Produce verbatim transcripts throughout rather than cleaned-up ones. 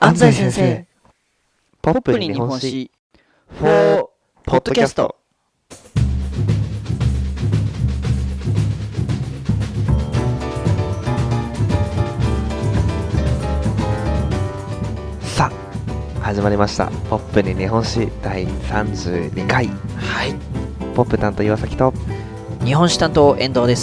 安西先生、 ポポップに日本史フォーポッドキャスト。 さあ始まりました。ポップに日本史だいさんじゅうにかい。 はい、 ポップ担当岩崎と日本史担当遠藤です。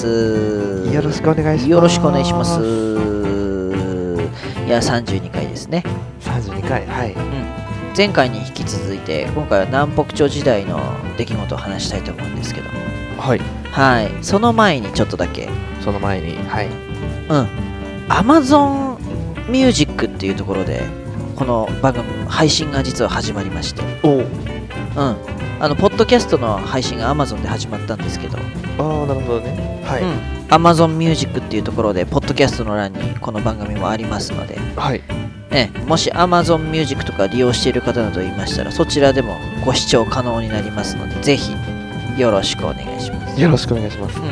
よろしくお願いします。 よろしくお願いします。いやさんじゅうにかいですね。 さんじゅうにかい、はい、 うん、前回に引き続いて今回は南北朝時代の出来事を話したいと思うんですけども、 はいはい、その前にちょっとだけ、 その前に、はい、 うん、Amazon Music っていうところでこの番組配信が実は始まりまして、 おうん、あのポッドキャストの配信が Amazon で始まったんですけど、 ああなるほどね、はい、 うん、Amazon Music っていうところでポッドキャストの欄にこの番組もありますので、 はい、 ね、もし Amazon Music とか利用している方などいましたらそちらでもご視聴可能になりますので、ぜひよろしくお願いします。 よろしくお願いします。 うん、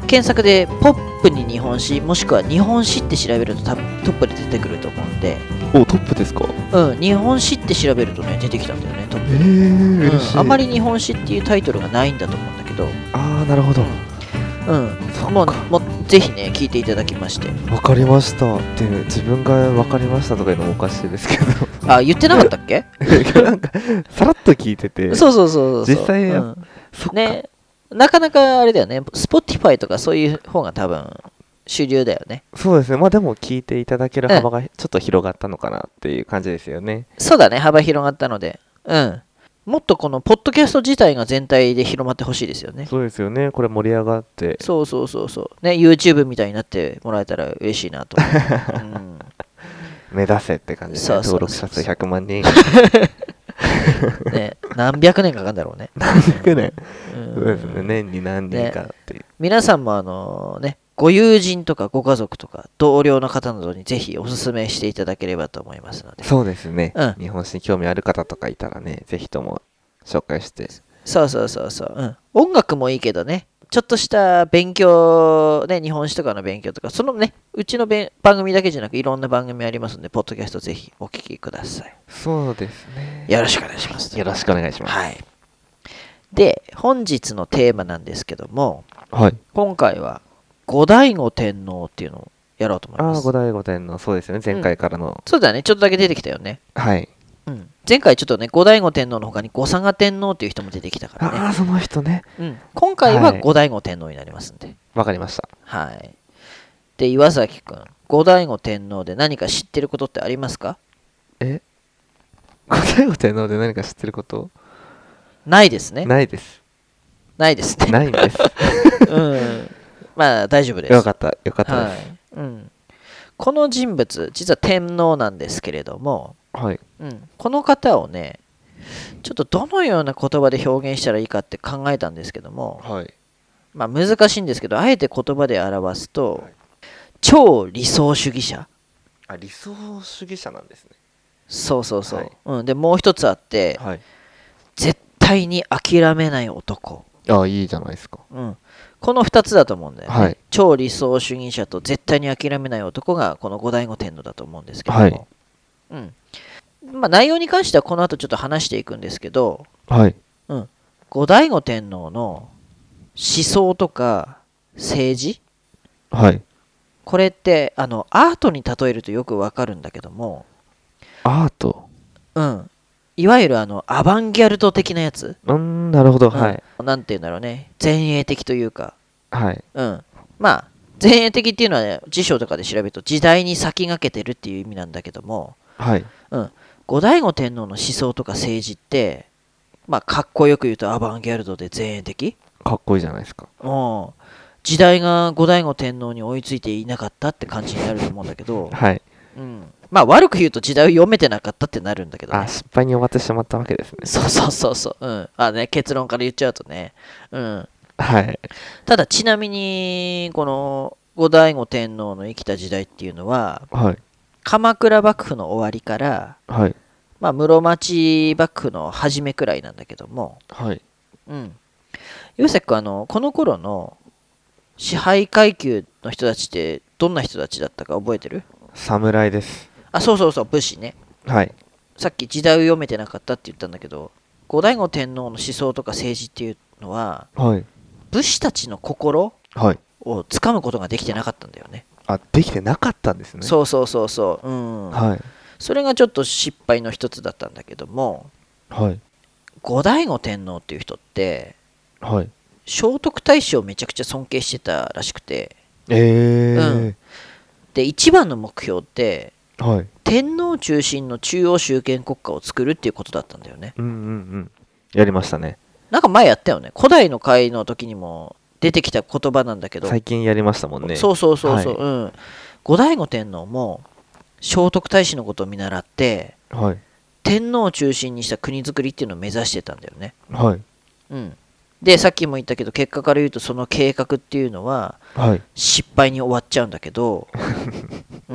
検索でポップに日本史もしくは日本史って調べると多分トップで出てくると思うんで、 おトップですか？ うん、日本史って調べるとね出てきたんだよね、トップ。 えー、嬉しい、 うん、あまり日本史っていうタイトルがないんだと思うんだけど、 ああなるほど、 うん、うん、もうもうぜひね聞いていただきまして。 わかりましたって自分がわかりましたとかいうのもおかしいですけどあ、言ってなかったっけ？ なんかさらっと聞いてて、 そうそうそうそう、 実際、 うん、 そっかね、なかなかあれだよね、Spotify とかそういう方が多分主流だよね。 そうですね。まあでも聞いていただける幅がちょっと広がったのかなっていう感じですよね。 そうだね、幅広がったので、うん。もっとこのポッドキャスト自体が全体で広まってほしいですよね。 そうですよね。これ盛り上がって。 そうそうそうそう。ね、YouTube みたいになってもらえたら嬉しいなと思う。うん、 目指せって感じですね。登録者数ひゃくまんにん。 ね、何百年かかるんだろうね。 何百年、 うん、 そうですね。年に何人かっていう。 ね、皆さんもあのね、ご友人とかご家族とか同僚の方などにぜひおすすめしていただければと思いますので。 そうですね、 うん、 日本史に興味ある方とかいたらね、ぜひとも紹介して。 そうそうそうそう、うん、音楽もいいけどね、ちょっとした勉強ね、日本史とかの勉強とか、そのね、うちの番組だけじゃなくいろんな番組ありますので、ポッドキャストぜひお聞きください。 そうですね、 よろしくお願いします。 よろしくお願いします。 はい。で、本日のテーマなんですけども、 はい、 今回は後醍醐天皇っていうのをやろうと思います。 ああ、後醍醐天皇、そうですよね、前回からの、うん、 そうだね、ちょっとだけ出てきたよね。 はい、 うん、前回ちょっとね、後醍醐天皇の他に後嵯峨天皇っていう人も出てきたからね。 ああ、その人ね、 うん、今回は後醍醐天皇になりますんで。 わかりました。 はい。で、岩崎くん、後醍醐天皇で何か知ってることってありますか？ え後醍醐天皇で何か知ってること？ ないですね。 ないです。 ないですね。 ないんです。 うん。まあ大丈夫です。 よかった、よかったです。 はい、うん。この人物、実は天皇なんですけれども、 はい、 うん、この方をね、ちょっとどのような言葉で表現したらいいかって考えたんですけども、 はい、 まあ難しいんですけど、あえて言葉で表すと、はい、超理想主義者。 あ、理想主義者なんですね。 そうそうそう。 はい、 うん、で、もう一つあって、 はい、 絶対に諦めない男。 ああ、いいじゃないですか。 うん、このふたつだと思うんだよね、 はい、 超理想主義者と絶対に諦めない男がこの後醍醐天皇だと思うんですけども、はい、うん、まあ、内容に関してはこの後ちょっと話していくんですけど、 はい、 うん、後醍醐天皇の思想とか政治、 はい、 これってあのアートに例えるとよくわかるんだけども、 アート、 うん、いわゆるあのアバンギャルド的なやつ。 うん、なるほど、はい。 なんていうんだろうね、前衛的というか、 はい。 うん。まあ、前衛的っていうのは、ね、辞書とかで調べると時代に先駆けてるっていう意味なんだけども、 はい。 うん。後醍醐天皇の思想とか政治って、まあ、かっこよく言うとアバンギャルドで前衛的。 かっこいいじゃないですか。 うん。時代が後醍醐天皇に追いついていなかったって感じになると思うんだけど、 はい。 うん。まあ悪く言うと時代を読めてなかったってなるんだけどね。 あ、失敗に終わってしまったわけですね。 そうそうそうそう。うん。あね、結論から言っちゃうとね。うん。 はい。 ただちなみに、この後醍醐天皇の生きた時代っていうのは、 はい、 鎌倉幕府の終わりから、 はい、 まあ、室町幕府の初めくらいなんだけども、 はい。 うん。岩崎君、あの、この頃の支配階級の人たちってどんな人たちだったか覚えてる？ 侍です。 あ、そうそうそう、武士ね。 はい。 さっき時代を読めてなかったって言ったんだけど、後醍醐天皇の思想とか政治っていうのははい。 武士たちの心はい。 をつかむことができてなかったんだよね。 あ、できてなかったんですね。 そうそうそうそう、うん、 はい。 それがちょっと失敗の一つだったんだけども、 はい。 後醍醐天皇っていう人ってはい。 聖徳太子をめちゃくちゃ尊敬してたらしくて、 えうんで一番の目標ってー。はい。 天皇中心の中央集権国家を作るっていうことだったんだよね。 うんうんうん。やりましたね。 なんか前やったよね。古代の会の時にも出てきた言葉なんだけど、 最近やりましたもんね。 そうそうそうそう、 はい。 うん。後醍醐天皇も聖徳太子のことを見習ってはい。 天皇を中心にした国づくりっていうのを目指してたんだよね。 はい。 うん。で、さっきも言ったけど、結果から言うとその計画っていうのははい。 失敗に終わっちゃうんだけど、うん。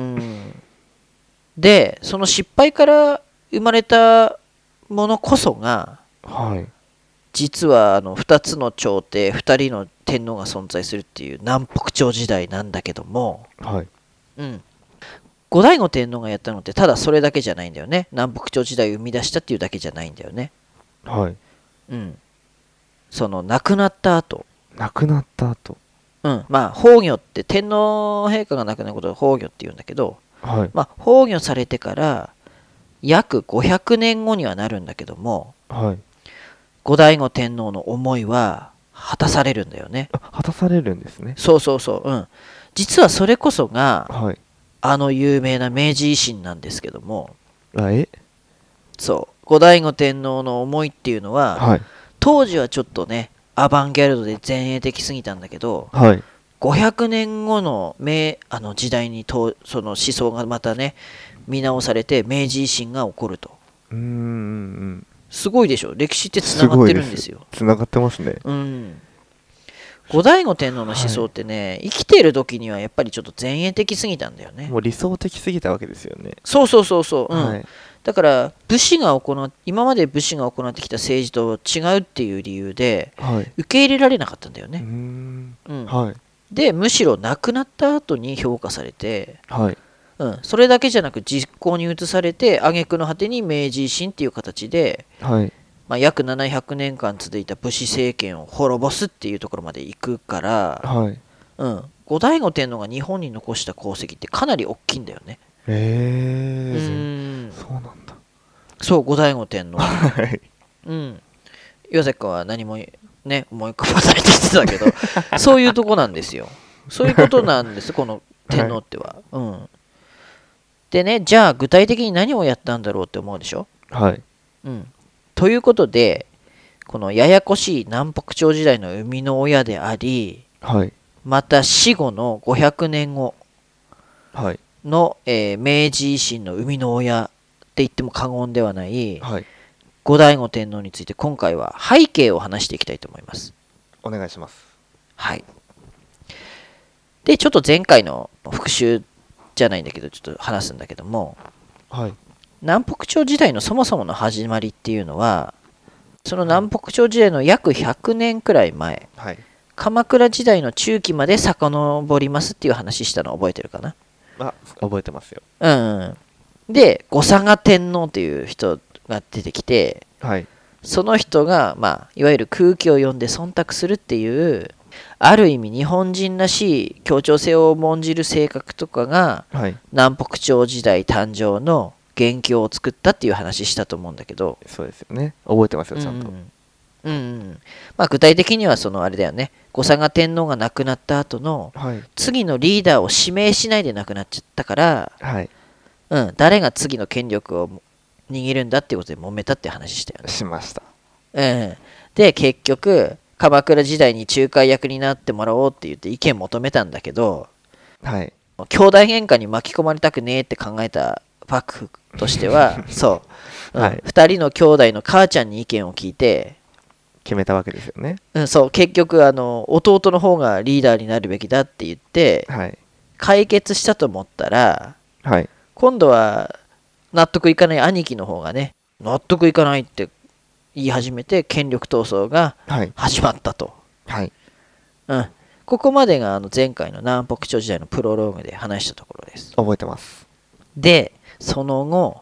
で、その失敗から生まれたものこそが、 はい。 実はあのふたつの朝廷ふたりの天皇が存在するっていう南北朝時代なんだけども、 はい。 うん、後醍醐天皇がやったのってただそれだけじゃないんだよね。南北朝時代を生み出したっていうだけじゃないんだよね。 はい。 うん、その亡くなった後、 亡くなった後。 うん、まあ崩御って天皇陛下が亡くなることを崩御って言うんだけど、 はい。 まあ、崩御されてから約ごひゃくねんごにはなるんだけども、 はい。 後醍醐天皇の思いは果たされるんだよね。 あ、果たされるんですね。 そうそうそう、うん。実はそれこそがはい。 あの有名な明治維新なんですけども、 あ、えそう後醍醐天皇の思いっていうのは、 はい。 当時はちょっとねアバンギャルドで前衛的すぎたんだけど、 はい。 ごひゃくねんごの明あの時代にとその思想がまたね見直されて明治維新が起こると。 うーん。 すごいでしょ。歴史ってつながってるんですよ。 つながってますね。 うん。後醍醐天皇の思想ってね、はい、生きてる時にはやっぱりちょっと前衛的すぎたんだよね。 もう理想的すぎたわけですよね。 そうそうそうそう、うん、 はい、 だから武士が行っ今まで武士が行ってきた政治と違うっていう理由で、はい、受け入れられなかったんだよね。うーん、うん、はい、でむしろ亡くなった後に評価されて、はい、うん、それだけじゃなく実行に移されて挙句の果てに明治維新っていう形で、はい、まあ、約ななひゃくねんかん続いた武士政権を滅ぼすっていうところまで行くから、はい、うん、後醍醐天皇が日本に残した功績ってかなり大きいんだよね。 へえー、うん、そうなんだ。 そう後醍醐天皇、 はい、 うん、岩崎君は何もね思い浮かばないって言ってたけどそういうとこなんですよ。そういうことなんですこの天皇っては、はい、うん、でね、じゃあ具体的に何をやったんだろうって思うでしょ。はい、うん、ということでこのややこしい南北朝時代の生みの親であり、はい、また死後のごひゃくねんごの、はい、えー、明治維新の生みの親って言っても過言ではない、はい、後醍醐天皇について今回は背景を話していきたいと思います。 お願いします。 はい。でちょっと前回の復習じゃないんだけどちょっと話すんだけども、はい、南北朝時代のそもそもの始まりっていうのはその南北朝時代の約ひゃくねんくらい前、はい、鎌倉時代の中期まで遡りますっていう話したの覚えてるかな。 あ、覚えてますよ。 うん。で後嵯峨天皇という人が出てきて、はい、その人が、まあ、いわゆる空気を読んで忖度するっていうある意味日本人らしい協調性を重んじる性格とかが、はい、南北朝時代誕生の元凶を作ったっていう話したと思うんだけど。 そうですよね。覚えてますよちゃんと。 うんうんうん、まあ、具体的にはそのあれだよね、後嵯峨天皇が亡くなった後の次のリーダーを指名しないで亡くなっちゃったから、はい、うん、誰が次の権力を握るんだっていうことで揉めたって話したよね。 しました。 うん、で結局鎌倉時代に仲介役になってもらおうって言って意見求めたんだけど、はい、兄弟喧嘩に巻き込まれたくねえって考えた幕府としてはそう、うん、はい、ふたりの兄弟の母ちゃんに意見を聞いて決めたわけですよね。 うん、そう結局あの弟の方がリーダーになるべきだって言って、はい、解決したと思ったら、はい、今度は納得いかない兄貴の方がね納得いかないって言い始めて権力闘争が始まったと、はいうん、ここまでがあの前回の南北朝時代のプロローグで話したところです。 覚えてます。 でその後、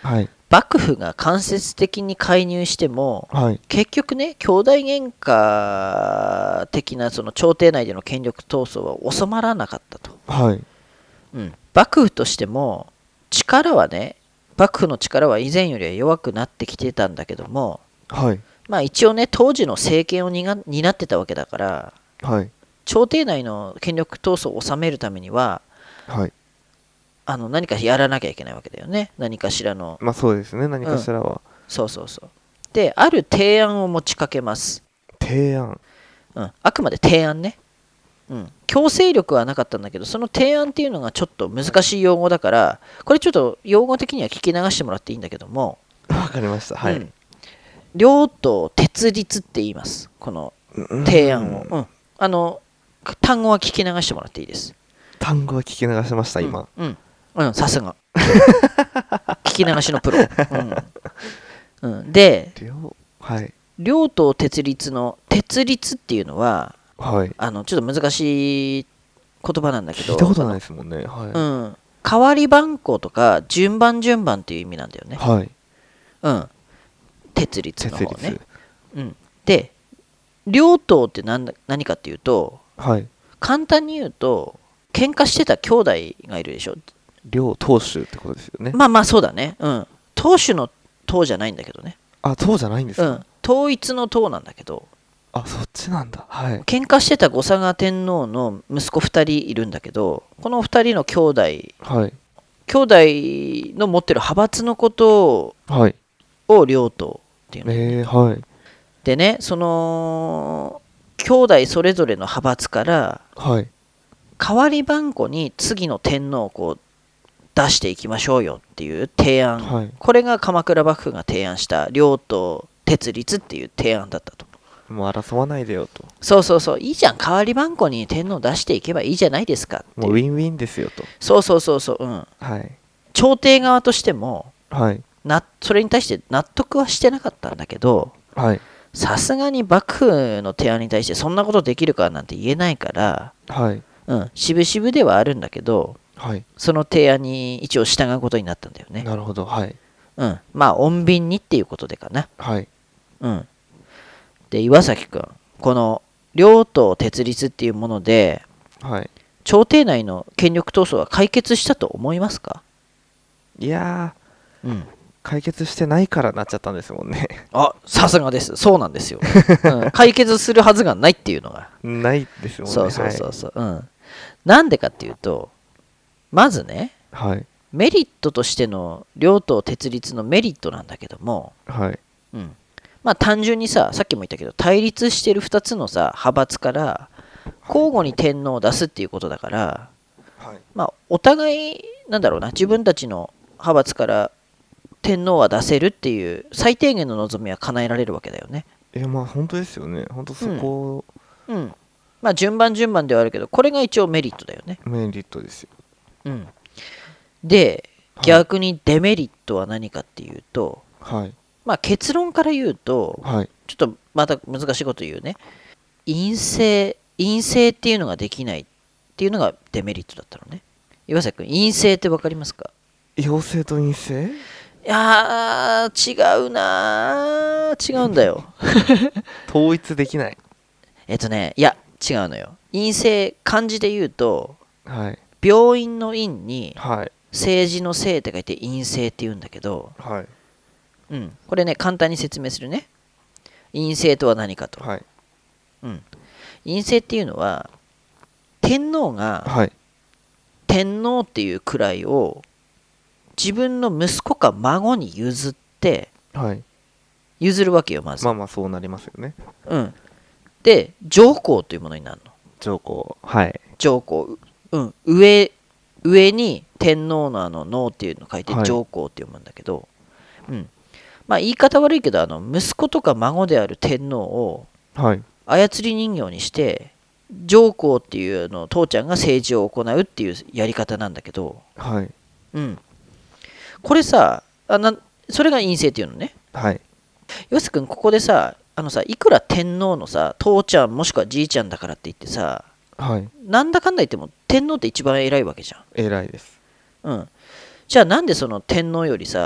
はい。 幕府が間接的に介入しても、 はい。 結局ね、兄弟喧嘩的なその朝廷内での権力闘争は収まらなかったと。 はい。 うん、幕府としても力はね、幕府の力は以前よりは弱くなってきてたんだけども、 はい。 まあ一応ね、当時の政権を担ってたわけだから、 はい。 朝廷内の権力闘争を収めるためには、 はい。 あの何かやらなきゃいけないわけだよね。何かしらの。 まあそうですね。何かしらは。 そうそうそう。で、ある提案を持ちかけます。 提案。 うん、あくまで提案ね。うん、強制力はなかったんだけど、その提案っていうのがちょっと難しい用語だから、これちょっと用語的には聞き流してもらっていいんだけども、 わかりました。はい。 うん、両党鉄立って言います。この提案を。うん、あの単語は聞き流してもらっていいです。 単語は聞き流しました、今。 うん、うん、さすが。聞き流しのプロ。うんうん、で、 はい、 両党鉄立の鉄立っていうのは、 はい、 あのちょっと難しい言葉なんだけど、 聞いたことないですもんね。はい、 うん、代わり番号とか順番順番っていう意味なんだよね。 はい、 うん、鉄立の方ね。 鉄うん、で、両党って何、何かっていうと、 はい、 簡単に言うと、喧嘩してた兄弟がいるでしょ。 両党首ってことですよね。 まあまあそうだね。うん。党首の党じゃないんだけどね。 あ、党じゃないんですか。 うん。統一の党なんだけど。 あ、そっちなんだ。はい。 喧嘩してた後嵯峨天皇の息子ふたりいるんだけど、このふたりの兄弟、はい、兄弟の持ってる派閥のことを、はい、を両党っていうの、 えー、はい。 でね、その兄弟それぞれの派閥から、はい、代わり番号に次の天皇をこう出していきましょうよっていう提案、はい、これが鎌倉幕府が提案した両党鉄立っていう提案だったと。 もう争わないでよと。 そうそうそう、いいじゃん、代わり番号に天皇を出していけばいいじゃないですかって。 もうウィンウィンですよと。 そうそうそうそう、うん、 はい、 朝廷側としても、 はい、 なそれに対して納得はしてなかったんだけど、さすがに幕府の提案に対してそんなことできるかなんて言えないから、はい、うん、渋々ではあるんだけど、はい、その提案に一応従うことになったんだよね。 なるほど。はい、 うん、まあ穏便にっていうことでかな。 はい、 うん、で岩崎君、この両党鉄立っていうもので、はい、朝廷内の権力闘争は解決したと思いますか？ いやー、うん、解決してないからなっちゃったんですもんね。 あ、さすがです。そうなんですよ、うん、解決するはずがないっていうのがないですもんね。 そうそうそうそう、はい、うん、なんでかっていうと、まずね、はい、メリットとしての両党鉄立のメリットなんだけども、はい、うん、まあ単純にさ、さっきも言ったけど対立してるふたつのさ派閥から交互に天皇を出すっていうことだから、はい、まあお互いなんだろうな、自分たちの派閥から天皇は出せるっていう最低限の望みは叶えられるわけだよね。 いやまあ本当ですよね。本当そこ、 うん、うん、まあ順番順番ではあるけど、これが一応メリットだよね。 メリットですよ。 うん、で、はい、逆にデメリットは何かっていうと、はい、まあ結論から言うと、はい、ちょっとまた難しいこと言うね。陰性陰性っていうのができないっていうのがデメリットだったのね。岩崎君、陰性って分かりますか？ 陽性と陰性？ いやー、違うなー、違うんだよ。 統一できない。 えっとね、いや違うのよ。陰性、漢字で言うと、はい、病院の院に、はい、政治の政って書いて陰性って言うんだけど、はい、うん、これね簡単に説明するね。陰性とは何かと、はい、うん、陰性っていうのは天皇が、はい、天皇っていう位を自分の息子か孫に譲って、はい、譲るわけよ、まず。 まあまあそうなりますよね。 うん。で、上皇というものになるの。 上皇、はい。 上皇、うん、上上に天皇のあの脳っていうのを書いて上皇って読むんだけど、はい、うん、まあ言い方悪いけど、あの息子とか孫である天皇を操り人形にして、上皇っていうの父ちゃんが政治を行うっていうやり方なんだけど、はい、うん。これさ、あなそれが陰性っていうのね。はい。よし君、ここでさ、あのさ、いくら天皇のさ、父ちゃんもしくはじいちゃんだからって言ってさ、はい、なんだかんだ言っても天皇って一番偉いわけじゃん。 偉いです。 うん。じゃあなんでその天皇よりさ、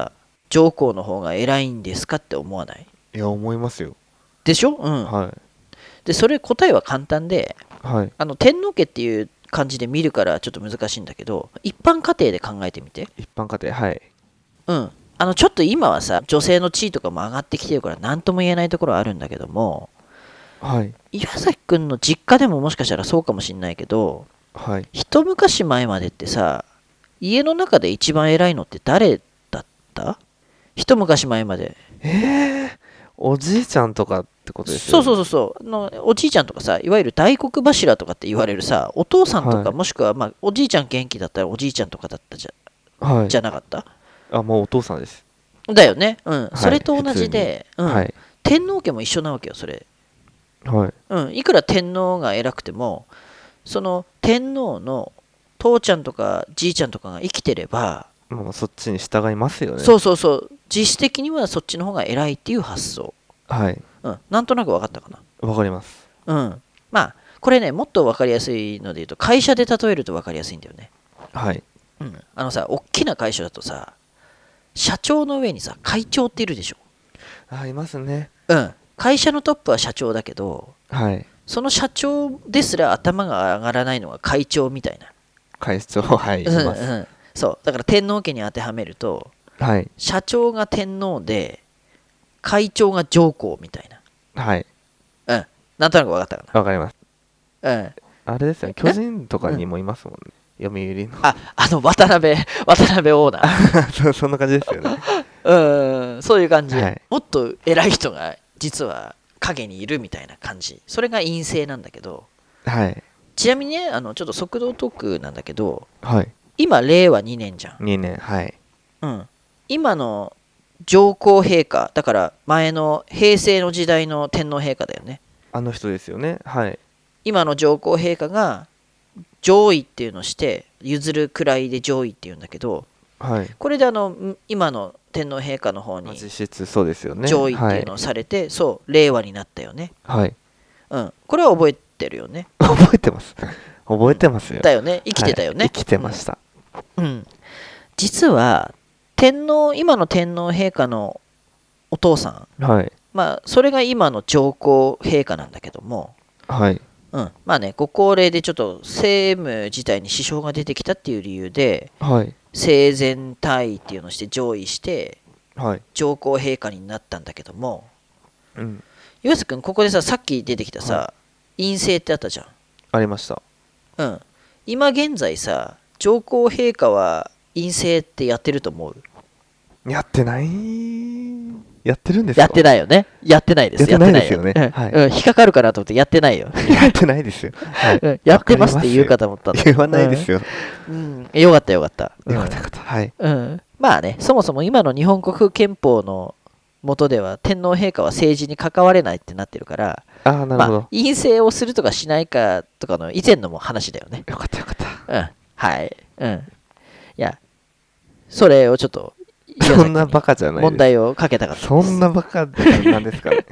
上皇の方が偉いんですかって思わない？ いや、思いますよ。 でしょ？うん。 はい。 で、それ答えは簡単で、 はい。 あの天皇家っていう感じで見るからちょっと難しいんだけど、一般家庭で考えてみて。 一般家庭、はい。 うん。あのちょっと今はさ、女性の地位とかも上がってきてるから何とも言えないところはあるんだけども、 はい。 岩崎くんの実家でももしかしたらそうかもしんないけど、 はい。 一昔前までってさ、家の中で一番偉いのって誰だった？一昔前まで。 えー、おじいちゃんとかってことですそうよね。 そうそうそうのおじいちゃんとかさ、いわゆる大黒柱とかって言われるさ、お父さんとか、 はいもしくは、まあ、おじいちゃん元気だったらおじいちゃんとかだったじゃはい。 じゃなかった？ あ、もうお父さんです。 だよね。うん。 はいそれと同じで、うん、 はい。 天皇家も一緒なわけよ、それ。 はい。 うん。いくら天皇が偉くても、その天皇の父ちゃんとかじいちゃんとかが生きてれば、 まあ、そっちに従いますよね。 そうそうそう、実質的にはそっちの方が偉いっていう発想。 はい。 うん。なんとなく分かったかな。 わかります。 うん。まあ、これね、もっと分かりやすいので言うと、会社で例えると分かりやすいんだよね。 はい。 うん。あのさ、大きな会社だとさ、社長の上にさ、会長っているでしょ。 あ、いますね。 うん。会社のトップは社長だけど、 はい。 その社長ですら頭が上がらないのが会長みたいな。 会長、はい、いうんうます。 ん。そう。だから天皇家に当てはめると、 はい。 社長が天皇で、会長が上皇みたいはい。 な。うん。なんとなく分かったかわかります。 な。うん。 あれですよね。巨人とかにもいますもんね。読売の。 あ、あの、渡辺、渡辺オーナー。 そそんな感じですよね。 うん、そういう感じ、 はい。 もっと偉い人が実は影にいるみたいな感じ。それが陰性なんだけど、 はい。 ちなみにね、あのちょっと速道トークなんだけど、 はい。 今、れいわにねんじゃん。 にねん、はい。 うん。今の上皇陛下、だから前の平成の時代の天皇陛下だよね。 あの人ですよね。はい。 今の上皇陛下が上位っていうのをして、譲る位で上位っていうんだけど、 はい。 これであの今の天皇陛下の方にまあ実質そうですよね。 上位っていうのをされて、そう、れいわになったよね。 はい。はい。 うん、これは覚えてるよね。 覚えてます。覚えてますよ。 だよね。生きてたよね。 はい、生きてました。 うん。うん、実は、天皇、今の天皇陛下のお父さん、 はい。 まあ、それが今の上皇陛下なんだけども、 はい。 うん、まあね、ご高齢でちょっと政務自体に支障が出てきたっていう理由で、 はい。 生前退位っていうのをして上位して、 はい。 上皇陛下になったんだけども、 うん。 岩瀬君、ここでさ、さっき出てきたさ、 は陰性ってあったじゃん。 ありました。 うん。今現在さ、上皇陛下は陰性ってやってると思う？ やってない。やってるんですか？ やってないよね。やってないです。 やってないですよね。はい。 うんうん、引っかかるかなと思ってやってないよ。 やってないですよ。はい。 うんやってますって言うかと思ったんだ。 言わないですよ。 うん。うん、よかったよかった。 よかったよかった。はい。 うん。まあね、そもそも今の日本国憲法の下では天皇陛下は政治に関われないってなってるから、 ああ、なるほど。 まあ、陰性をするとかしないかとかの以前のも話だよね。 よかったよかった。 うん。はい。うん。いや、それをちょっと、 そんなバカじゃないです。 問題をかけたかったです。 そんなバカなんですかね。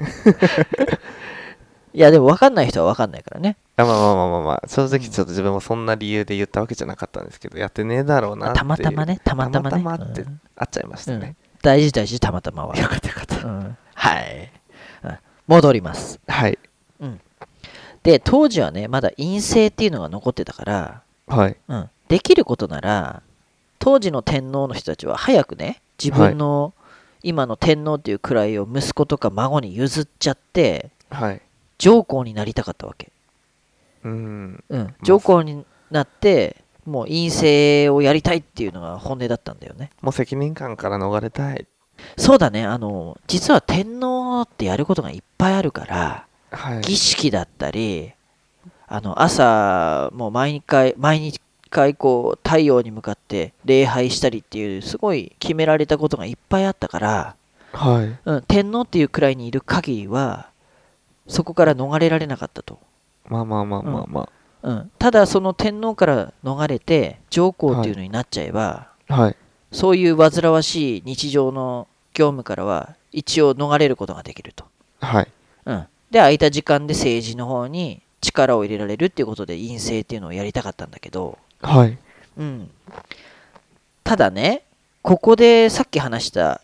いや、でも分かんない人は分かんないからね。 あまあまあまあまあまあ、正直ちょっと自分もそんな理由で言ったわけじゃなかったんですけど、やってねえだろうなっていう。 たまたまね、たまたまね。 たまたまってうんあっちゃいましたね。 うん大事大事、たまたまは。 よかったよかった。 うんはい、うん戻ります。 はい。 うんで、当時はね、まだ陰性っていうのが残ってたから、 はい。 うんできることなら、当時の天皇の人たちは早くね、自分の今の天皇っていう位を息子とか孫に譲っちゃって、 はい。 上皇になりたかったわけ。 うーん。 うん、上皇になって、もう陰性をやりたいっていうのが本音だったんだよね。 もう責任感から逃れたい。 そうだね、あの、実は天皇ってやることがいっぱいあるから、 はい。 儀式だったり、あの、朝、もう毎回、毎日回こう、太陽に向かって礼拝したりっていう、すごい決められたことがいっぱいあったから、 はい。 うん、天皇っていうくらいにいる限りは、そこから逃れられなかったと。 まあまあまあまあまうん、ただその天皇から逃れて上皇っていうのになっちゃえば、 あ。はい。 そういう煩わしい日常の業務からは一応逃れることができると、 はい。 うん、で空いた時間で政治の方に力を入れられるっていうことで陰性っていうのをやりたかったんだけど、 はい。 うん、ただねここでさっき話した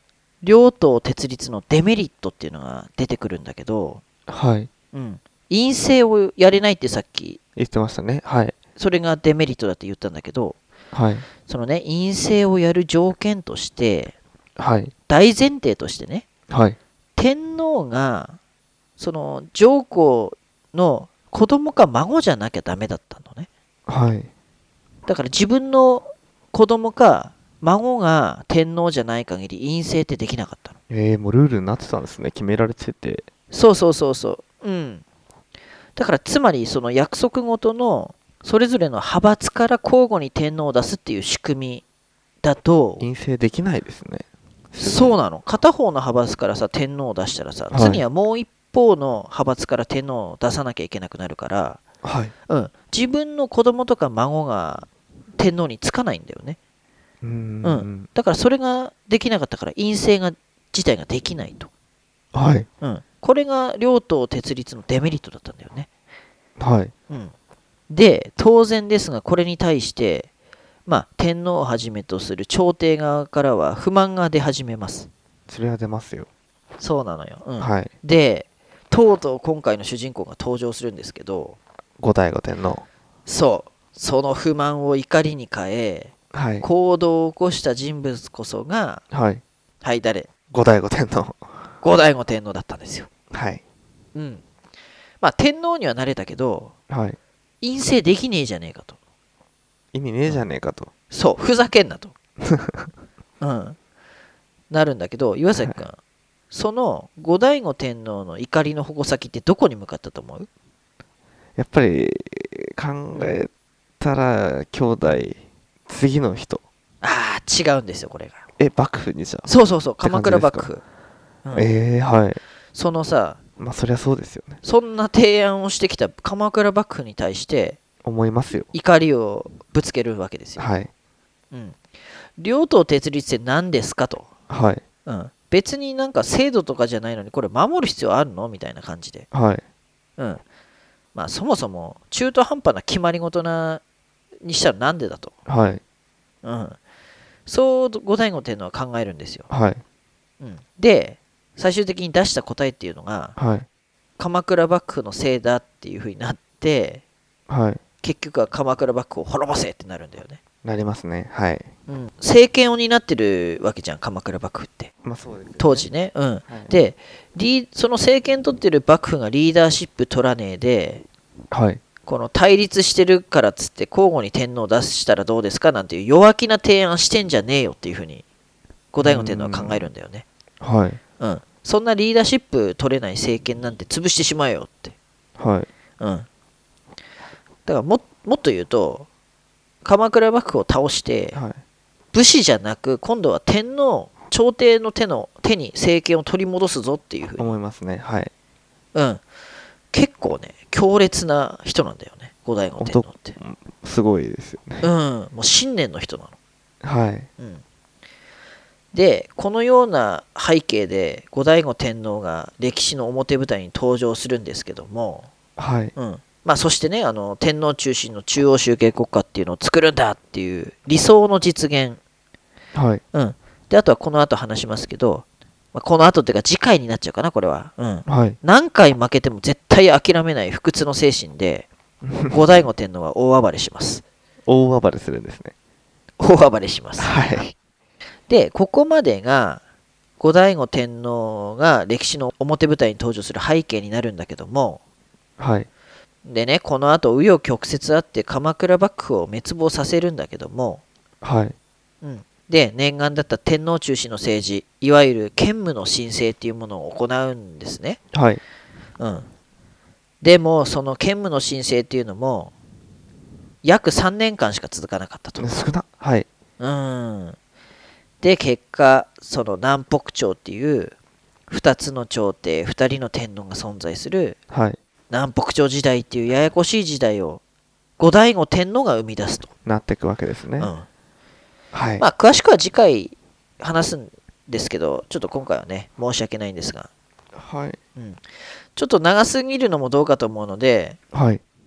両党設立のデメリットっていうのが出てくるんだけど、 はい。 うん、院政をやれないってさっき言ってましたね。はい。 それがデメリットだって言ったんだけど、 はい。 そのね院政をやる条件としてはい。 大前提としてね、 はい。 天皇がその上皇の子供か孫じゃなきゃダメだったのね。 はい。 だから自分の子供か孫が天皇じゃない限り院政ってできなかったの。 えー、もうルールになってたんですね。決められてて。 そうそうそうそう。うん。だからつまりその約束ごとのそれぞれの派閥から交互に天皇を出すっていう仕組みだと、 陰性できないですね。 そうなの。片方の派閥からさ天皇を出したらさ、 はい次はもう一方の派閥から天皇を出さなきゃいけなくなるから、 はい。 うん、自分の子供とか孫が天皇につかないんだよね。 うーん。 うんだからそれができなかったから院政が自体ができないと。 はい。 うん、これが両党設立のデメリットだったんだよね。 はい。 うん、で当然ですがこれに対してまあ天皇をはじめとする朝廷側からは不満が出始めます。 それは出ますよ。 そうなのよ。うんはい。 でとうとう今回の主人公が登場するんですけど、 後醍醐天皇。 そうその不満を怒りに変えはい。 行動を起こした人物こそがはい。 はい誰後醍醐天皇。 後醍醐天皇だったんですよ。 はい。 うんまあ天皇にはなれたけどはい。 院政できねえじゃねえかと。 意味ねえじゃねえかと。 そうふざけんなとうんなるんだけど岩崎君、 はその後醍醐天皇の怒りの矛先ってどこに向かったと思う？ やっぱり考えたら兄弟次の人。 ああ違うんですよこれが。 え、幕府にじゃあ。 そうそうそうて感鎌じですか倉幕府、うんええー、はい。 そのさまあそりゃそうですよね。 そんな提案をしてきた鎌倉幕府に対して思いますよ。 怒りをぶつけるわけですよ。 はい。 うん、両党設立って何ですかと、 はい。 うん、別になんか制度とかじゃないのにこれ守る必要あるのみたいな感じで、 はい。 うんまあ、そもそも中途半端な決まり事なにしたらなんでだと、 はい。 うん、そう後醍醐天皇は考えるんですよ。 はい。 うん、で最終的に出した答えっていうのがはい。 鎌倉幕府のせいだっていう風になってはい。 結局は鎌倉幕府を滅ぼせってなるんだよね。 なりますね。はい。 うん、政権を担ってるわけじゃん鎌倉幕府ってまあそうですよね。 当時ね。うん、 はい、 でリその政権取ってる幕府がリーダーシップ取らねえではい。 この対立してるからっつって交互に天皇を出したらどうですかなんていう弱気な提案してんじゃねえよっていうふうに後醍醐天皇は考えるんだよね。 はい。 うん、そんなリーダーシップ取れない政権なんて潰してしまえよって。 はい。 うん、だからももっと言うと鎌倉幕府を倒してはい。 武士じゃなく今度は天皇朝廷の手の手に政権を取り戻すぞっていうふうに、 思いますね。はい。 うん、結構ね強烈な人なんだよね後醍醐天皇って。 すごいですよね。 うんもう信念の人なの。 はい。 うん、でこのような背景で後醍醐天皇が歴史の表舞台に登場するんですけども、 はい。 うんまあ、そしてねあの天皇中心の中央集権国家っていうのを作るんだっていう理想の実現、 はい。 うん、であとはこの後話しますけど、まあ、この後っていうか次回になっちゃうかなこれは、うん、 はい。 何回負けても絶対諦めない不屈の精神で後醍醐天皇は大暴れします。 大暴れするんですね。 大暴れします。 はい。 でここまでが後醍醐天皇が歴史の表舞台に登場する背景になるんだけども、 はい。 でねこの後紆余曲折あって鎌倉幕府を滅亡させるんだけども、 はい。 うん、で念願だった天皇中心の政治いわゆる兼務の申請っていうものを行うんですね。 はい。 うん、でもその兼務の申請っていうのも約さんねんかんしか続かなかったと。 少な。はい。 うんで結果その南北朝っていうふたつの朝廷ふたりの天皇が存在するはい。 南北朝時代っていうややこしい時代を後醍醐天皇が生み出すと。 なっていくわけですね。 うんはい。 まあ詳しくは次回話すんですけどちょっと今回はね申し訳ないんですが、 はい。 うん、ちょっと長すぎるのもどうかと思うのではい。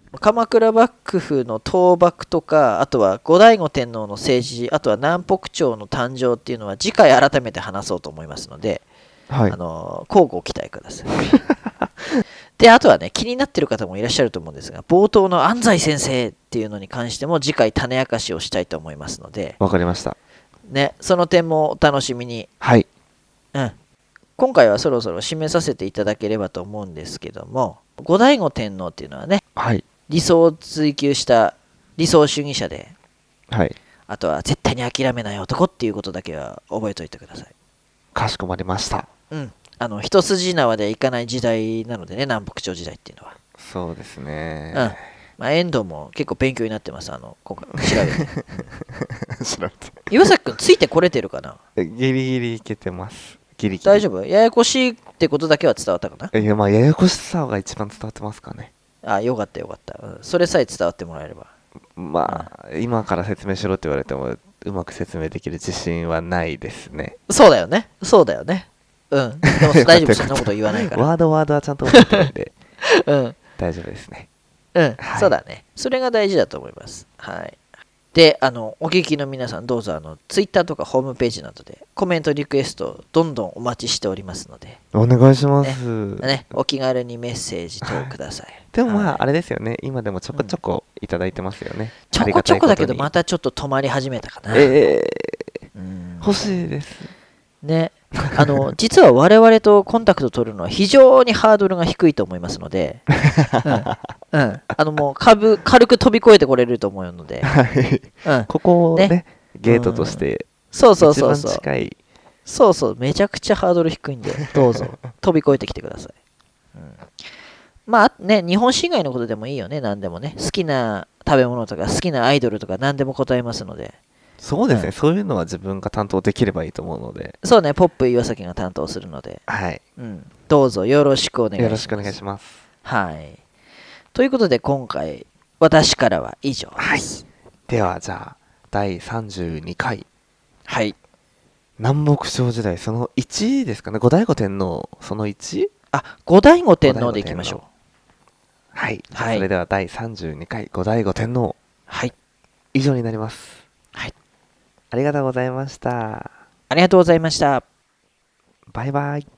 鎌倉幕府の倒幕とか、あとは後醍醐天皇の政治、あとは南北朝の誕生っていうのは次回改めて話そうと思いますので、 はいあの交互期待ください。で、あとはね、気になってる方もいらっしゃると思うんですが、冒頭の安西先生っていうのに関しても次回種明かしをしたいと思いますので、 わかりました。 ね、その点もお楽しみに。 はい。 うん。今回はそろそろ締めさせていただければと思うんですけども、後醍醐天皇っていうのはね、 はい。 理想を追求した理想主義者で、 はい。 あとは絶対に諦めない男っていうことだけは覚えておいてください。 かしこまりました。 うん。あの、一筋縄ではいかない時代なのでね、南北朝時代っていうのは。 そうですね。 うん。まあ、遠藤も結構勉強になってます。あの、今回調べて。 調べて。 岩崎くんついてこれてるかな？ ギリギリいけてます。ギリギリ。 大丈夫？ややこしいってことだけは伝わったかな？ いや、まあ、ややこしさが一番伝わってますかね。 あ、よかったよかった。うん、それさえ伝わってもらえれば。 まあ、今から説明しろって言われても、うまく説明できる自信はないですね。 そうだよね。そうだよね。うん。でも大丈夫、そんなこと言わないから。 ワードワードはちゃんと覚えてるんで、 うん。 大丈夫ですね。 うん、 はい、 そうだね。それが大事だと思います。はい。で、あの、お聞きの皆さん、どうぞ、あの、ツイッターとかホームページなどで、コメント、リクエスト、どんどんお待ちしておりますので、 お願いします。 ね、ねお気軽にメッセージ等ください。はい、 でもまあ、 はい、 あれですよね。今でもちょこちょこいただいてますよね。 ちょこちょこだけど、またちょっと止まり始めたかな。 ええー、 うん、 欲しいです。 ね。あの、実は我々とコンタクト取るのは非常にハードルが低いと思いますので、うん。うん、あの、もう軽、軽く飛び越えてこれると思うので、 はい。うん、ここをね、ねゲートとして、 そうそうそうそう。 一番近い。 そうそう、めちゃくちゃハードル低いんで、どうぞ、飛び越えてきてください。うん、まあね、日本史以外のことでもいいよね、何でもね。好きな食べ物とか、好きなアイドルとか、何でも答えますので。 そうですね、 うん、 そういうのは自分が担当できればいいと思うので。 そうね、ポップ岩崎が担当するので。 はい。 うん、どうぞよろしくお願いします。 よろしくお願いします。 はい。ということで、今回、私からは以上です。はい。 では、じゃあ、だいさんじゅうにかい。 はい。 南北朝時代そのいちですかね。後醍醐天皇その いち？ あ、後醍醐天皇でいきましょう。 はい。はい、それではだいさんじゅうにかい後醍醐天皇。 はい。 以上になります。 はい。 ありがとうございました。 ありがとうございました。 バイバイ。